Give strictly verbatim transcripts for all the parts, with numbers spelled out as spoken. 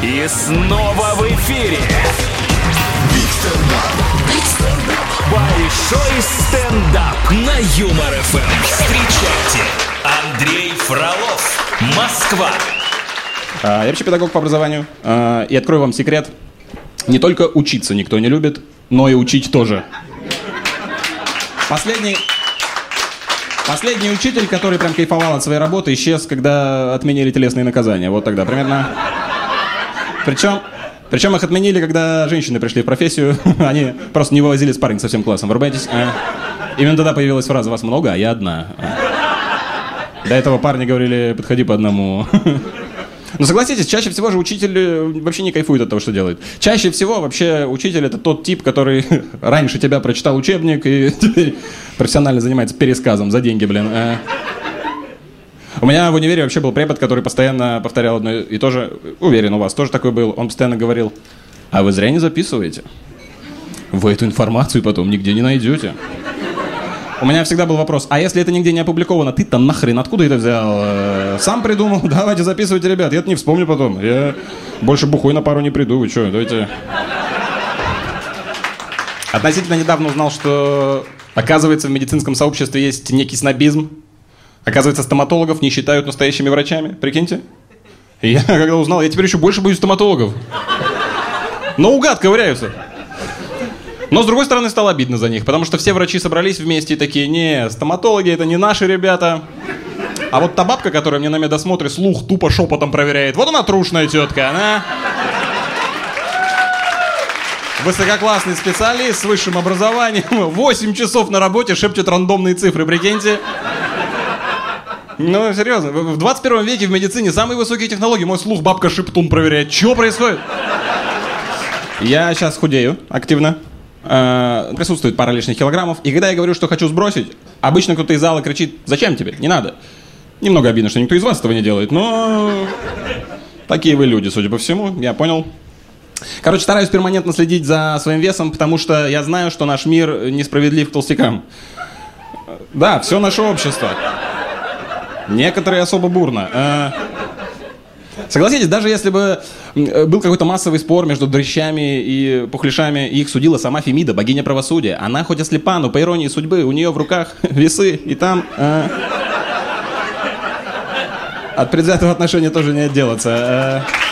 И снова в эфире большой стендап на Юмор эф эм. Встречайте, Андрей Фролов, Москва. Я вообще педагог по образованию. И открою вам секрет. Не только учиться никто не любит, но и учить тоже. Последний... Последний учитель, который прям кайфовал от своей работы, исчез, когда отменили телесные наказания. Вот тогда примерно. Причем, причем их отменили, когда женщины пришли в профессию. Они просто не вывозили спарринг со всем классом. Врубаетесь? А? Именно тогда появилась фраза «Вас много, а я одна». А. До этого парни говорили «Подходи по одному». Но согласитесь, чаще всего же учитель вообще не кайфует от того, что делает. Чаще всего вообще учитель — это тот тип, который раньше тебя прочитал учебник и теперь профессионально занимается пересказом за деньги, блин. У меня в универе вообще был препод, который постоянно повторял одно и то же. Уверен, у вас тоже такой был. Он постоянно говорил: а вы зря не записываете. Вы эту информацию потом нигде не найдете. У меня всегда был вопрос: а если это нигде не опубликовано, ты-то нахрен откуда это взял? Сам придумал? Давайте записывайте, ребят. Я-то не вспомню потом. Я больше бухой на пару не приду. Вы что, давайте... Относительно недавно узнал, что, оказывается, в медицинском сообществе есть некий снобизм. Оказывается, стоматологов не считают настоящими врачами. Прикиньте. И я когда узнал, я теперь еще больше боюсь стоматологов. Наугад ковыряются. Но, с другой стороны, стало обидно за них, потому что все врачи собрались вместе и такие: не, стоматологи — это не наши ребята. А вот та бабка, которая мне на медосмотре слух тупо шепотом проверяет, вот она трушная тетка, она... Высококлассный специалист с высшим образованием, восемь часов на работе шепчет рандомные цифры, прикиньте. Ну, серьезно, в двадцать первом веке в медицине самые высокие технологии, мой слух бабка шептун проверяет. Чего происходит? Я сейчас худею активно. Присутствует пара лишних килограммов. И когда я говорю, что хочу сбросить, обычно кто-то из зала кричит: зачем тебе? Не надо. Немного обидно, что никто из вас этого не делает, но такие вы люди, судя по всему, я понял. Короче, стараюсь перманентно следить за своим весом, потому что я знаю, что наш мир несправедлив к толстякам. Да, все наше общество. Некоторые особо бурно. Согласитесь, даже если бы был какой-то массовый спор между дрыщами и пухляшами, и их судила сама Фемида, богиня правосудия, она хоть и слепа, но по иронии судьбы у нее в руках весы, и там э, от предвзятого отношения тоже не отделаться. Э.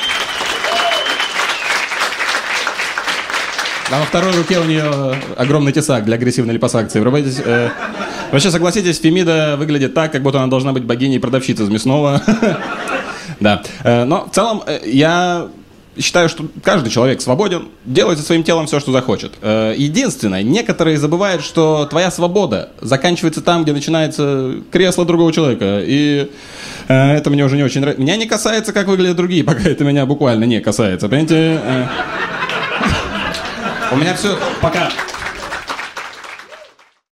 А во второй руке у нее огромный тесак для агрессивной липосакции. Врубаетесь? Э. Вообще, согласитесь, Фемида выглядит так, как будто она должна быть богиней продавщицы из мясного. Да, но в целом я считаю, что каждый человек свободен делать со своим телом все, что захочет. Единственное, некоторые забывают, что твоя свобода заканчивается там, где начинается кресло другого человека. И это мне уже не очень нравится. Меня не касается, как выглядят другие, пока это меня буквально не касается. Понимаете? У меня все пока...